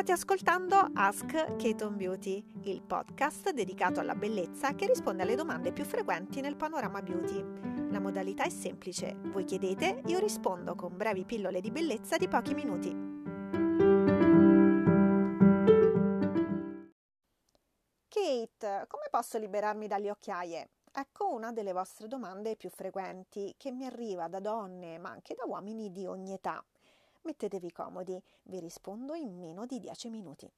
State ascoltando Ask Keton Beauty, il podcast dedicato alla bellezza che risponde alle domande più frequenti nel panorama beauty. La modalità è semplice, voi chiedete, io rispondo con brevi pillole di bellezza di pochi minuti. Kate, come posso liberarmi dalle occhiaie? Ecco una delle vostre domande più frequenti che mi arriva da donne ma anche da uomini di ogni età. Mettetevi comodi, vi rispondo in meno di 10 minuti.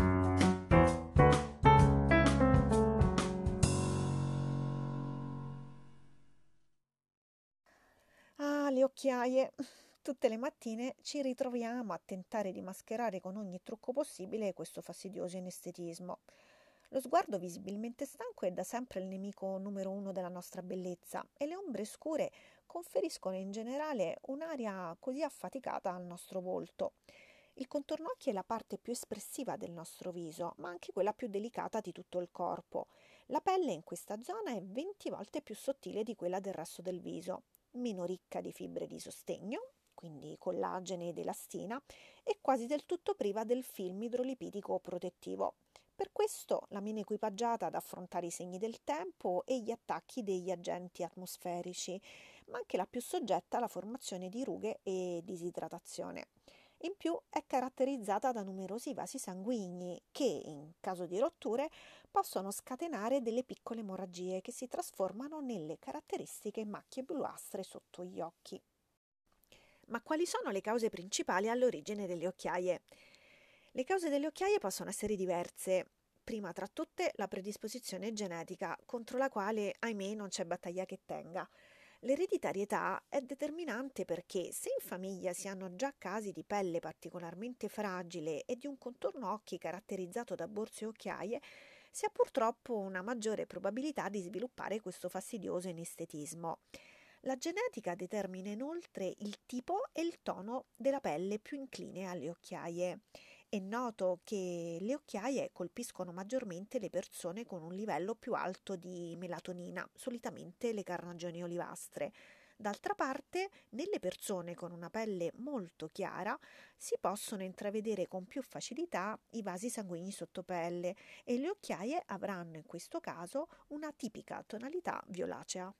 Ah, le occhiaie! Tutte le mattine ci ritroviamo a tentare di mascherare con ogni trucco possibile questo fastidioso inestetismo. Lo sguardo visibilmente stanco è da sempre il nemico numero uno della nostra bellezza e le ombre scure conferiscono in generale un'aria così affaticata al nostro volto. Il contorno occhi è la parte più espressiva del nostro viso, ma anche quella più delicata di tutto il corpo. La pelle in questa zona è 20 volte più sottile di quella del resto del viso, meno ricca di fibre di sostegno, quindi collagene ed elastina, e quasi del tutto priva del film idrolipidico protettivo. Per questo la meno equipaggiata ad affrontare i segni del tempo e gli attacchi degli agenti atmosferici, ma anche la più soggetta alla formazione di rughe e disidratazione. In più è caratterizzata da numerosi vasi sanguigni che, in caso di rotture, possono scatenare delle piccole emorragie che si trasformano nelle caratteristiche macchie bluastre sotto gli occhi. Ma quali sono le cause principali all'origine delle occhiaie? Le cause delle occhiaie possono essere diverse. Prima tra tutte la predisposizione genetica, contro la quale, ahimè, non c'è battaglia che tenga. L'ereditarietà è determinante perché se in famiglia si hanno già casi di pelle particolarmente fragile e di un contorno occhi caratterizzato da borse e occhiaie, si ha purtroppo una maggiore probabilità di sviluppare questo fastidioso inestetismo. La genetica determina inoltre il tipo e il tono della pelle più incline alle occhiaie. È noto che le occhiaie colpiscono maggiormente le persone con un livello più alto di melatonina, solitamente le carnagioni olivastre. D'altra parte, nelle persone con una pelle molto chiara si possono intravedere con più facilità i vasi sanguigni sotto pelle e le occhiaie avranno in questo caso una tipica tonalità violacea.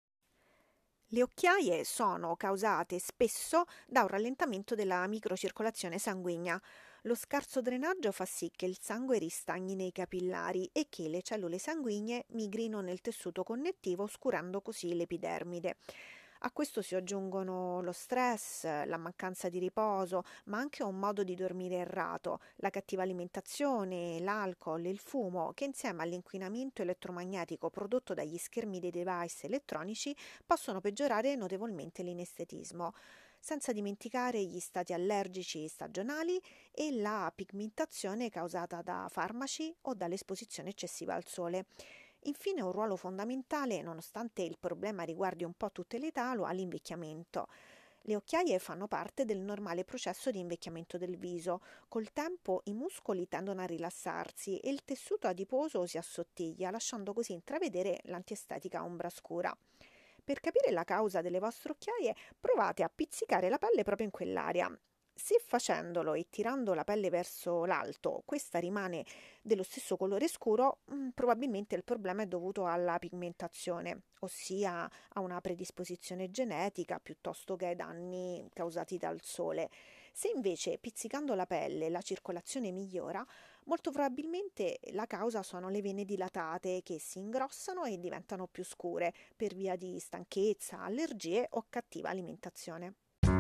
Le occhiaie sono causate spesso da un rallentamento della microcircolazione sanguigna. Lo scarso drenaggio fa sì che il sangue ristagni nei capillari e che le cellule sanguigne migrino nel tessuto connettivo, oscurando così l'epidermide. A questo si aggiungono lo stress, la mancanza di riposo, ma anche un modo di dormire errato, la cattiva alimentazione, l'alcol, il fumo, che insieme all'inquinamento elettromagnetico prodotto dagli schermi dei device elettronici possono peggiorare notevolmente l'inestetismo. Senza dimenticare gli stati allergici stagionali e la pigmentazione causata da farmaci o dall'esposizione eccessiva al sole. Infine un ruolo fondamentale, nonostante il problema riguardi un po' tutte le età, lo ha l'invecchiamento. Le occhiaie fanno parte del normale processo di invecchiamento del viso. Col tempo i muscoli tendono a rilassarsi e il tessuto adiposo si assottiglia, lasciando così intravedere l'antiestetica ombra scura. Per capire la causa delle vostre occhiaie, provate a pizzicare la pelle proprio in quell'area. Se facendolo e tirando la pelle verso l'alto, questa rimane dello stesso colore scuro, probabilmente il problema è dovuto alla pigmentazione, ossia a una predisposizione genetica piuttosto che ai danni causati dal sole. Se invece pizzicando la pelle la circolazione migliora, molto probabilmente la causa sono le vene dilatate che si ingrossano e diventano più scure per via di stanchezza, allergie o cattiva alimentazione.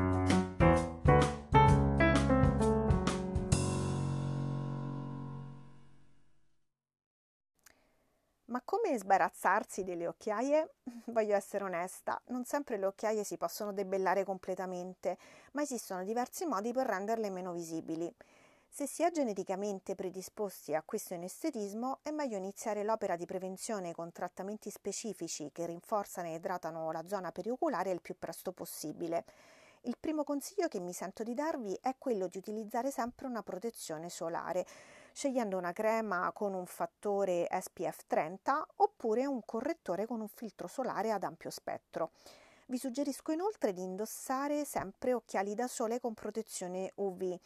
Ma come sbarazzarsi delle occhiaie? Voglio essere onesta, non sempre le occhiaie si possono debellare completamente, ma esistono diversi modi per renderle meno visibili. Se si è geneticamente predisposti a questo inestetismo, è meglio iniziare l'opera di prevenzione con trattamenti specifici che rinforzano e idratano la zona perioculare il più presto possibile. Il primo consiglio che mi sento di darvi è quello di utilizzare sempre una protezione solare, scegliendo una crema con un fattore SPF 30 oppure un correttore con un filtro solare ad ampio spettro. Vi suggerisco inoltre di indossare sempre occhiali da sole con protezione UV.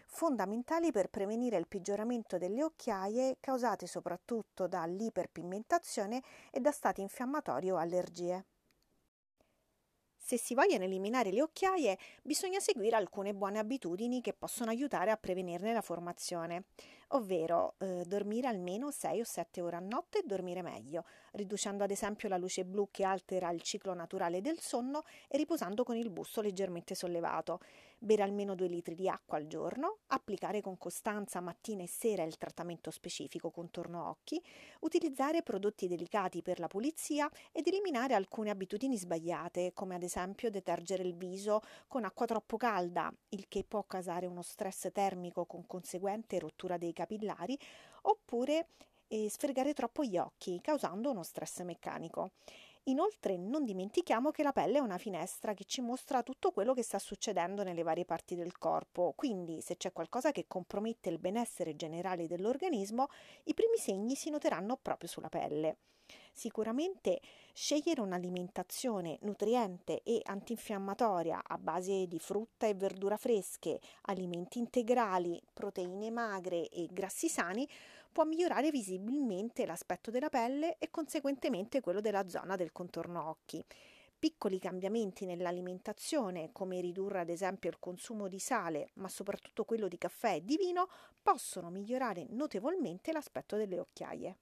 fondamentali per prevenire il peggioramento delle occhiaie causate soprattutto dall'iperpigmentazione e da stati infiammatori o allergie. Se si vogliono eliminare le occhiaie, bisogna seguire alcune buone abitudini che possono aiutare a prevenirne la formazione, ovvero dormire almeno 6 o 7 ore a notte e dormire meglio, riducendo ad esempio la luce blu che altera il ciclo naturale del sonno e riposando con il busto leggermente sollevato, bere almeno 2 litri di acqua al giorno, applicare con costanza mattina e sera il trattamento specifico contorno occhi, utilizzare prodotti delicati per la pulizia ed eliminare alcune abitudini sbagliate, come ad esempio detergere il viso con acqua troppo calda, il che può causare uno stress termico con conseguente rottura dei capillari, oppure sfregare troppo gli occhi, causando uno stress meccanico. Inoltre non dimentichiamo che la pelle è una finestra che ci mostra tutto quello che sta succedendo nelle varie parti del corpo, quindi se c'è qualcosa che compromette il benessere generale dell'organismo, i primi segni si noteranno proprio sulla pelle. Sicuramente scegliere un'alimentazione nutriente e antinfiammatoria a base di frutta e verdura fresche, alimenti integrali, proteine magre e grassi sani può migliorare visibilmente l'aspetto della pelle e conseguentemente quello della zona del contorno occhi. Piccoli cambiamenti nell'alimentazione, come ridurre ad esempio il consumo di sale, ma soprattutto quello di caffè e di vino, possono migliorare notevolmente l'aspetto delle occhiaie.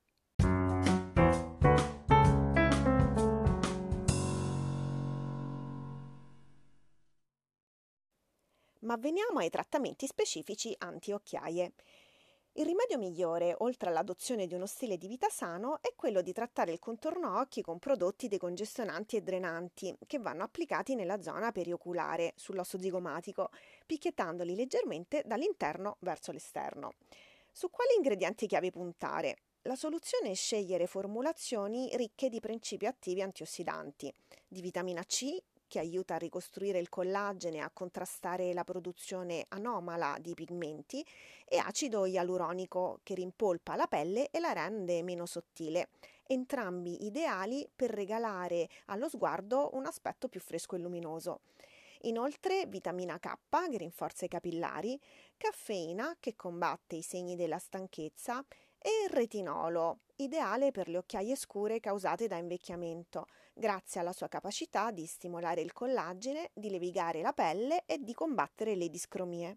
Ma veniamo ai trattamenti specifici anti-occhiaie. Il rimedio migliore, oltre all'adozione di uno stile di vita sano, è quello di trattare il contorno occhi con prodotti decongestionanti e drenanti che vanno applicati nella zona perioculare, sull'osso zigomatico, picchiettandoli leggermente dall'interno verso l'esterno. Su quali ingredienti chiave puntare? La soluzione è scegliere formulazioni ricche di principi attivi antiossidanti, di vitamina C, che aiuta a ricostruire il collagene e a contrastare la produzione anomala di pigmenti, e acido ialuronico che rimpolpa la pelle e la rende meno sottile, entrambi ideali per regalare allo sguardo un aspetto più fresco e luminoso. Inoltre vitamina K che rinforza i capillari, caffeina che combatte i segni della stanchezza e il retinolo, ideale per le occhiaie scure causate da invecchiamento, grazie alla sua capacità di stimolare il collagene, di levigare la pelle e di combattere le discromie.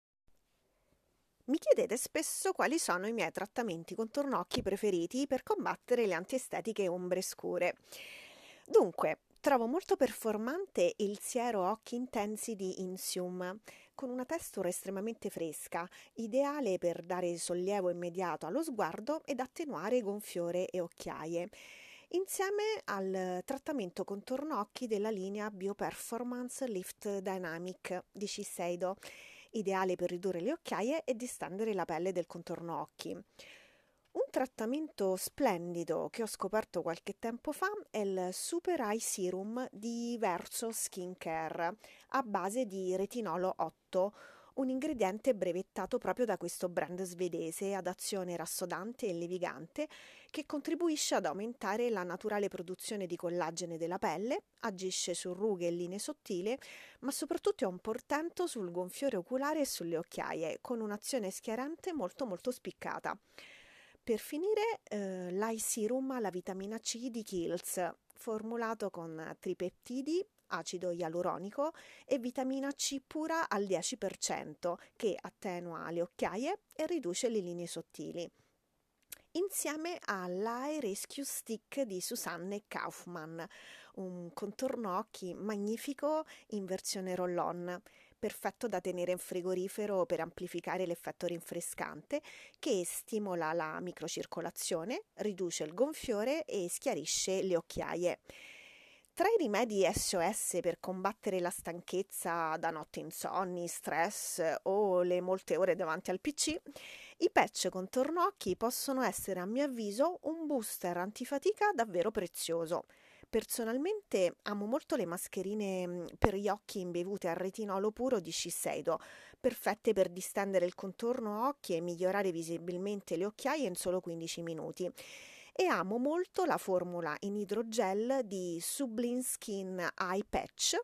Mi chiedete spesso quali sono i miei trattamenti contorno occhi preferiti per combattere le antiestetiche ombre scure. Dunque, trovo molto performante il siero occhi intensi di Insium, con una texture estremamente fresca, ideale per dare sollievo immediato allo sguardo ed attenuare gonfiore e occhiaie, insieme al trattamento contorno occhi della linea Bioperformance Lift Dynamic di Shiseido, ideale per ridurre le occhiaie e distendere la pelle del contorno occhi. Un trattamento splendido che ho scoperto qualche tempo fa è il Super Eye Serum di Verso Skincare a base di retinolo 8, un ingrediente brevettato proprio da questo brand svedese ad azione rassodante e levigante che contribuisce ad aumentare la naturale produzione di collagene della pelle, agisce su rughe e linee sottili, ma soprattutto è un portento sul gonfiore oculare e sulle occhiaie, con un'azione schiarente molto molto spiccata. Per finire, l'Eye Serum alla vitamina C di Kiehl's, formulato con tripeptidi, acido ialuronico e vitamina C pura al 10%, che attenua le occhiaie e riduce le linee sottili. Insieme all'Eye Rescue Stick di Susanne Kaufmann, un contorno occhi magnifico in versione roll-on, perfetto da tenere in frigorifero per amplificare l'effetto rinfrescante, che stimola la microcircolazione, riduce il gonfiore e schiarisce le occhiaie. Tra i rimedi SOS per combattere la stanchezza da notti insonni, stress o le molte ore davanti al PC, i patch contorno occhi possono essere, a mio avviso, un booster antifatica davvero prezioso. Personalmente amo molto le mascherine per gli occhi imbevute al retinolo puro di Shiseido, perfette per distendere il contorno occhi e migliorare visibilmente le occhiaie in solo 15 minuti. E amo molto la formula in idrogel di Sublime Skin Eye Patch,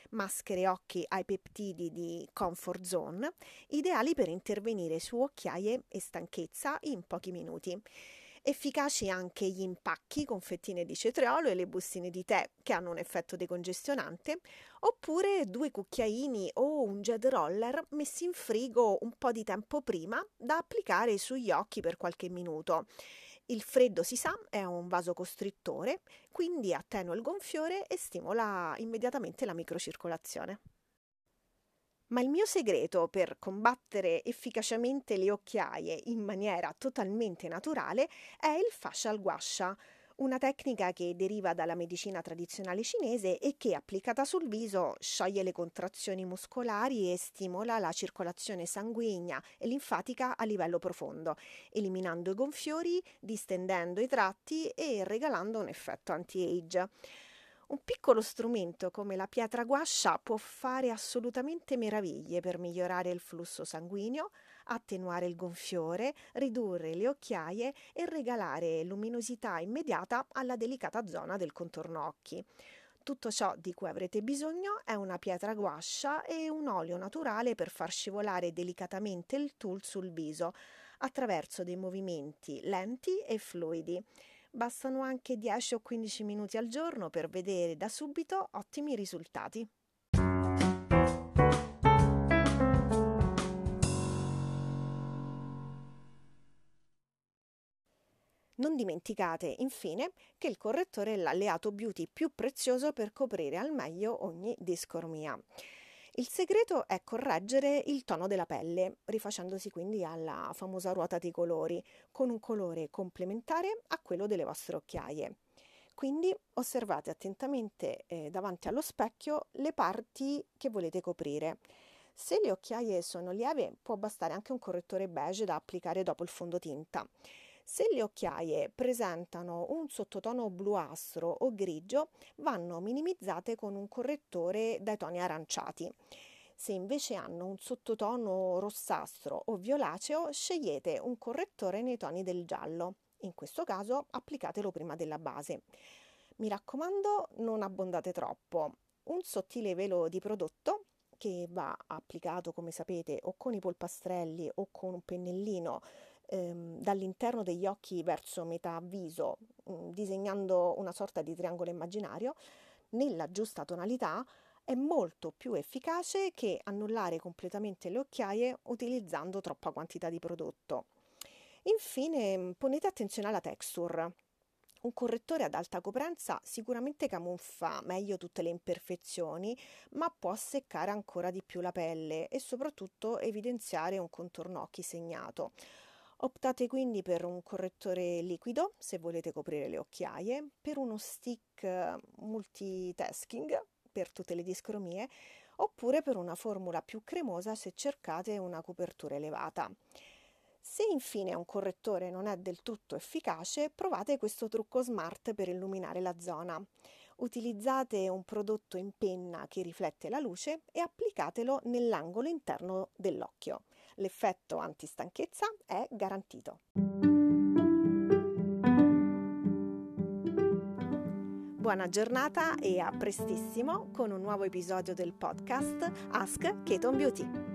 maschere occhi ai peptidi di Comfort Zone, ideali per intervenire su occhiaie e stanchezza in pochi minuti. Efficaci anche gli impacchi con fettine di cetriolo e le bustine di tè che hanno un effetto decongestionante, oppure 2 cucchiaini o un jet roller messi in frigo un po' di tempo prima da applicare sugli occhi per qualche minuto. Il freddo, si sa, è un vasocostrittore, quindi attenua il gonfiore e stimola immediatamente la microcircolazione. Ma il mio segreto per combattere efficacemente le occhiaie in maniera totalmente naturale è il facial gua sha, una tecnica che deriva dalla medicina tradizionale cinese e che, applicata sul viso, scioglie le contrazioni muscolari e stimola la circolazione sanguigna e linfatica a livello profondo, eliminando i gonfiori, distendendo i tratti e regalando un effetto anti-age. Un piccolo strumento come la pietra gua sha può fare assolutamente meraviglie per migliorare il flusso sanguigno, attenuare il gonfiore, ridurre le occhiaie e regalare luminosità immediata alla delicata zona del contorno occhi. Tutto ciò di cui avrete bisogno è una pietra gua sha e un olio naturale per far scivolare delicatamente il tool sul viso attraverso dei movimenti lenti e fluidi. Bastano anche 10 o 15 minuti al giorno per vedere da subito ottimi risultati. Non dimenticate, infine, che il correttore è l'alleato beauty più prezioso per coprire al meglio ogni discromia. Il segreto è correggere il tono della pelle, rifacendosi quindi alla famosa ruota dei colori, con un colore complementare a quello delle vostre occhiaie. Quindi osservate attentamente davanti allo specchio le parti che volete coprire. Se le occhiaie sono lieve, può bastare anche un correttore beige da applicare dopo il fondotinta. Se le occhiaie presentano un sottotono bluastro o grigio, vanno minimizzate con un correttore dai toni aranciati. Se invece hanno un sottotono rossastro o violaceo, scegliete un correttore nei toni del giallo. In questo caso applicatelo prima della base. Mi raccomando, non abbondate troppo. Un sottile velo di prodotto che va applicato, come sapete, o con i polpastrelli o con un pennellino dall'interno degli occhi verso metà viso, disegnando una sorta di triangolo immaginario, nella giusta tonalità, è molto più efficace che annullare completamente le occhiaie utilizzando troppa quantità di prodotto. Infine, ponete attenzione alla texture. Un correttore ad alta coprenza sicuramente camuffa meglio tutte le imperfezioni, ma può seccare ancora di più la pelle e soprattutto evidenziare un contorno occhi segnato. Optate quindi per un correttore liquido se volete coprire le occhiaie, per uno stick multitasking per tutte le discromie, oppure per una formula più cremosa se cercate una copertura elevata. Se infine un correttore non è del tutto efficace, provate questo trucco smart per illuminare la zona. Utilizzate un prodotto in penna che riflette la luce e applicatelo nell'angolo interno dell'occhio. L'effetto antistanchezza è garantito. Buona giornata e a prestissimo con un nuovo episodio del podcast Ask Keton Beauty.